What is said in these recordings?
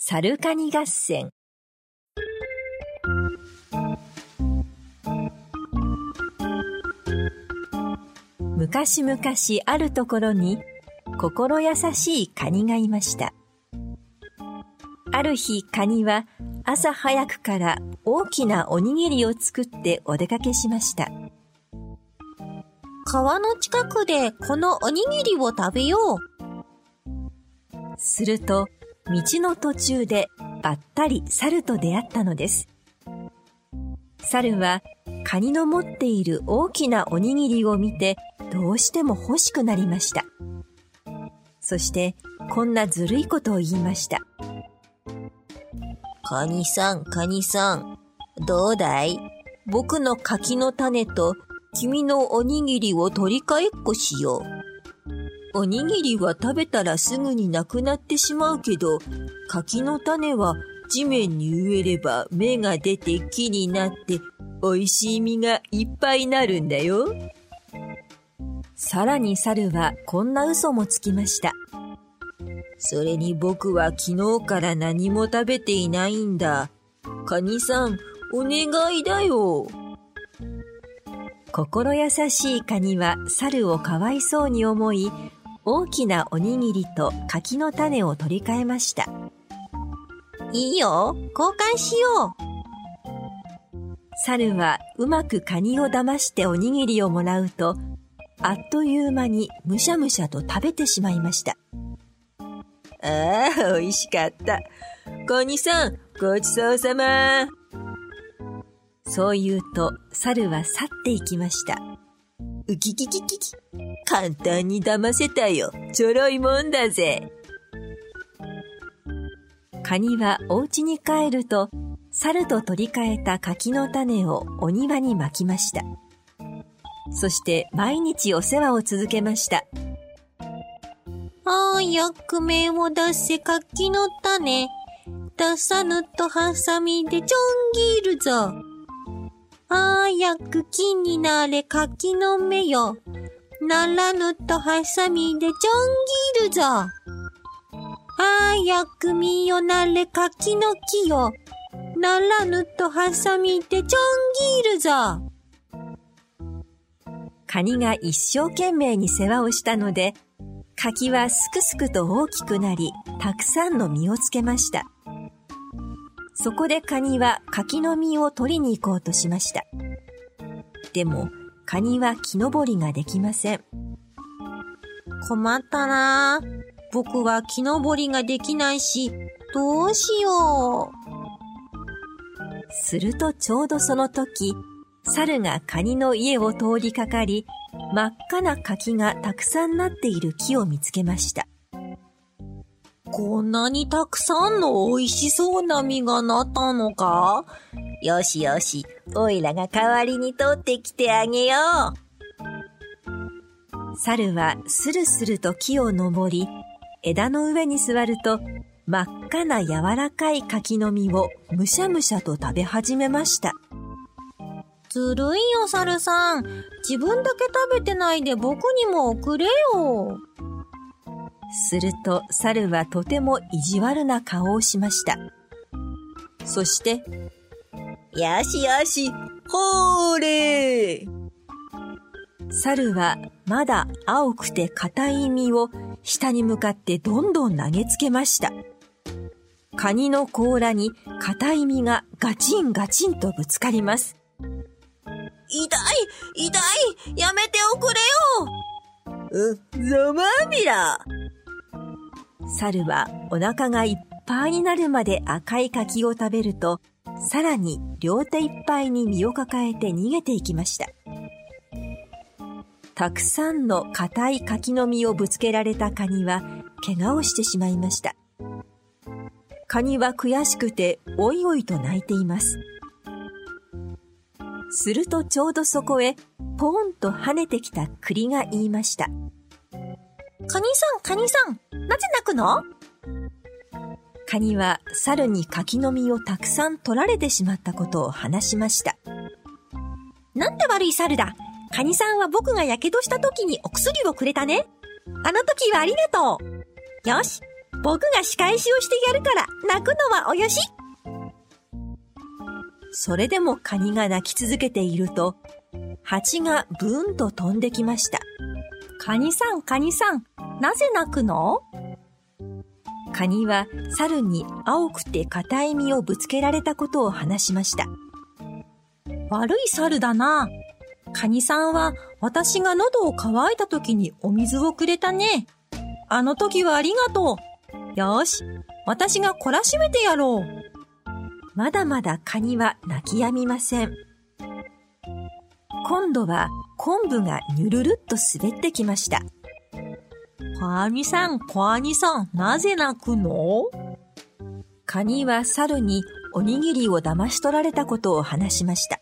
猿カニ合戦。昔々あるところに心優しいカニがいました。ある日、カニは朝早くから大きなおにぎりを作ってお出かけしました。 川の近くでこのおにぎりを食べよう。 すると、道の途中でばったり猿と出会ったのです。猿はカニの持っている大きなおにぎりを見てどうしても欲しくなりました。そしてこんなずるいことを言いました。 カニさん、どうだい？僕の柿の種と君のおにぎりを取り替えっこしよう。おにぎりは食べたらすぐになくなってしまうけど、柿の種は地面に植えれば芽が出て木になっておいしい実がいっぱいになるんだよ。 さらに猿はこんな嘘もつきました。 それに僕は昨日から何も食べていないんだ。カニさん、お願いだよ。 心優しいカニは猿をかわいそうに思い、大きなおにぎりと柿の種を取り替えました。 いいよ、交換しよう。猿はうまくカニを騙しておにぎりをもらうと、あっという間にむしゃむしゃと食べてしまいました。 ああ、美味しかった。カニさん、ごちそうさま。 そう言うと、猿は去っていきました。 うききききき。簡単に騙せたよ。ちょろいもんだぜ。 カニはお家に帰ると、猿と取り替えた柿の種をお庭にまきました。そして毎日お世話を続けました。 早く芽を出せ柿の種。出さぬとハサミでちょん切るぞ。早く木になれ柿の芽よ。ならぬとハサミでちょん切るぞ。早く実よなれ柿の木よ。ならぬとハサミでちょん切るぞ。 カニが一生懸命に世話をしたので、柿はすくすくと大きくなり、たくさんの実をつけました。そこでカニは柿の実を取りに行こうとしました。でも、カニは木登りができません。 困ったな。僕は木登りができないし、どうしよう。 するとちょうどその時、猿がカニの家を通りかかり、真っ赤な柿がたくさんなっている木を見つけました。 こんなにたくさんの美味しそうな実がなったのか？よしよし、おいらが代わりに取ってきてあげよう。猿はスルスルと木を登り、枝の上に座ると真っ赤な柔らかい柿の実をむしゃむしゃと食べ始めました。 ずるいよ、猿さん。自分だけ食べてないで僕にもおくれよ。 すると猿はとても意地悪な顔をしました。そして、 よしよし、ほーれー。 猿はまだ青くて硬い実を下に向かってどんどん投げつけました。カニの甲羅に硬い実がガチンガチンとぶつかります。 痛い、やめておくれよ。ざまあみら。 猿はお腹がいっぱいになるまで赤い柿を食べると、さらに両手いっぱいに実を抱えて逃げていきました。たくさんの硬い柿の実をぶつけられたカニは怪我をしてしまいました。カニは悔しくておいおいと泣いています。するとちょうどそこへポーンと跳ねてきた栗が言いました。 カニさん、なぜ泣くの？ カニは猿に柿の実をたくさん取られてしまったことを話しました。 なんて悪い猿だ。カニさんは僕がやけどした時にお薬をくれたね。あの時はありがとう。よし、 僕が仕返しをしてやるから泣くのはおよし。それでもカニが泣き続けていると、蜂がブーンと飛んできました。カニさん、カニさん、なぜ泣くの？カニは猿に青くて硬い実をぶつけられたことを話しました。悪い猿だな。カニさんは私が喉を渇いた時にお水をくれたね。あの時はありがとう。よし、私が懲らしめてやろう。まだまだカニは泣き止みません。今度は昆布がにゅるるっと滑ってきました。カニさん、カニさん、なぜ泣くの？カニは猿におにぎりを騙し取られたことを話しました。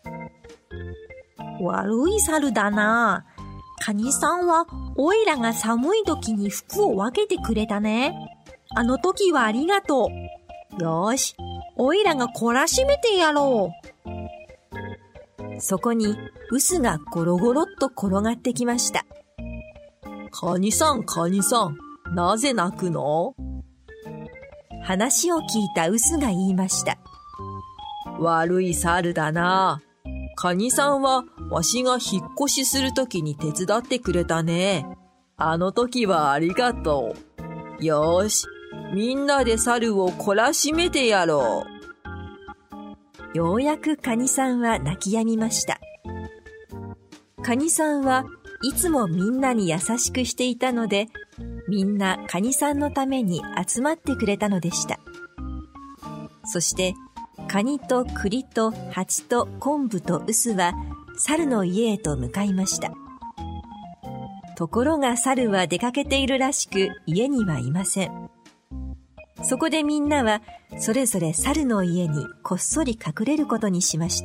悪い猿だな。カニさんはおいらが寒い時に服を分けてくれたね。あの時はありがとう。よし、おいらが懲らしめてやろう。そこに臼がゴロゴロっと転がってきました。カニさん、カニさん、なぜ泣くの？話を聞いた臼が言いました。悪い猿だな。カニさんはわしが引っ越しするときに手伝ってくれたね。あの時はありがとう。よーし、みんなで猿を懲らしめてやろう。ようやくカニさんは泣き止みました。カニさんはいつもみんなに優しくしていたので、みんなカニさんのために集まってくれたのでした。そしてカニと栗と蜂と昆布と臼は猿の家へと向かいました。ところが猿は出かけているらしく家にはいません。そこでみんなはそれぞれ猿の家にこっそり隠れることにしました。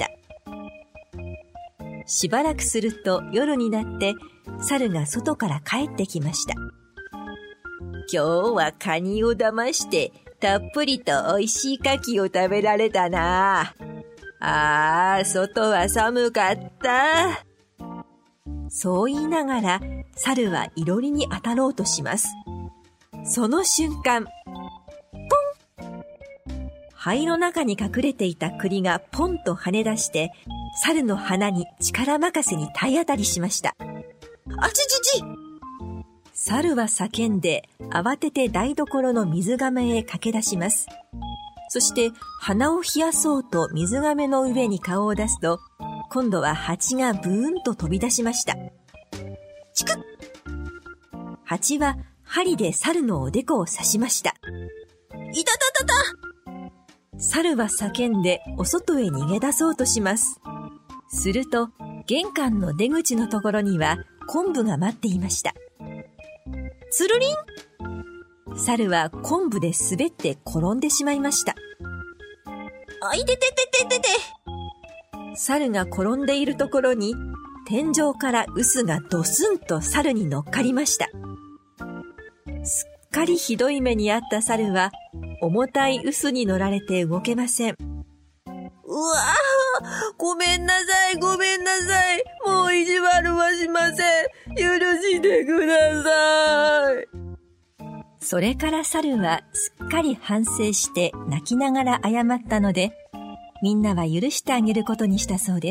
しばらくすると夜になって猿が外から帰ってきました。今日はカニを騙してたっぷりとおいしい牡蠣を食べられたな。外は寒かった。そう言いながら猿はいろりに当たろうとします。その瞬間、ポン！灰の中に隠れていた栗がポンと跳ね出して猿の鼻に力任せに体当たりしました。あちちち！猿は叫んで慌てて台所の水亀へ駆け出します。そして鼻を冷やそうと水亀の上に顔を出すと、今度は蜂がブーンと飛び出しました。チクッ！蜂は針で猿のおでこを刺しました。いたたたた！猿は叫んでお外へ逃げ出そうとします。すると玄関の出口のところには昆布が待っていました。つるりん！猿は昆布で滑って転んでしまいました。あいてててててて！猿が転んでいるところに天井から臼がドスンと猿に乗っかりました。すっかりひどい目にあった猿は重たい臼に乗られて動けません。うわー、ごめんなさい、ごめんなさい。もう意地悪はしません。許してください。それから猿はすっかり反省して泣きながら謝ったので、みんなは許してあげることにしたそうです。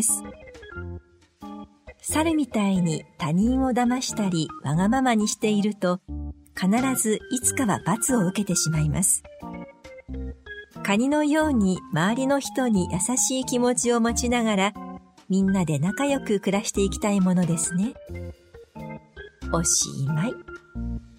猿みたいに他人を騙したりわがままにしていると、必ずいつかは罰を受けてしまいます。カニのように周りの人に優しい気持ちを持ちながら、みんなで仲良く暮らしていきたいものですね。おしまい。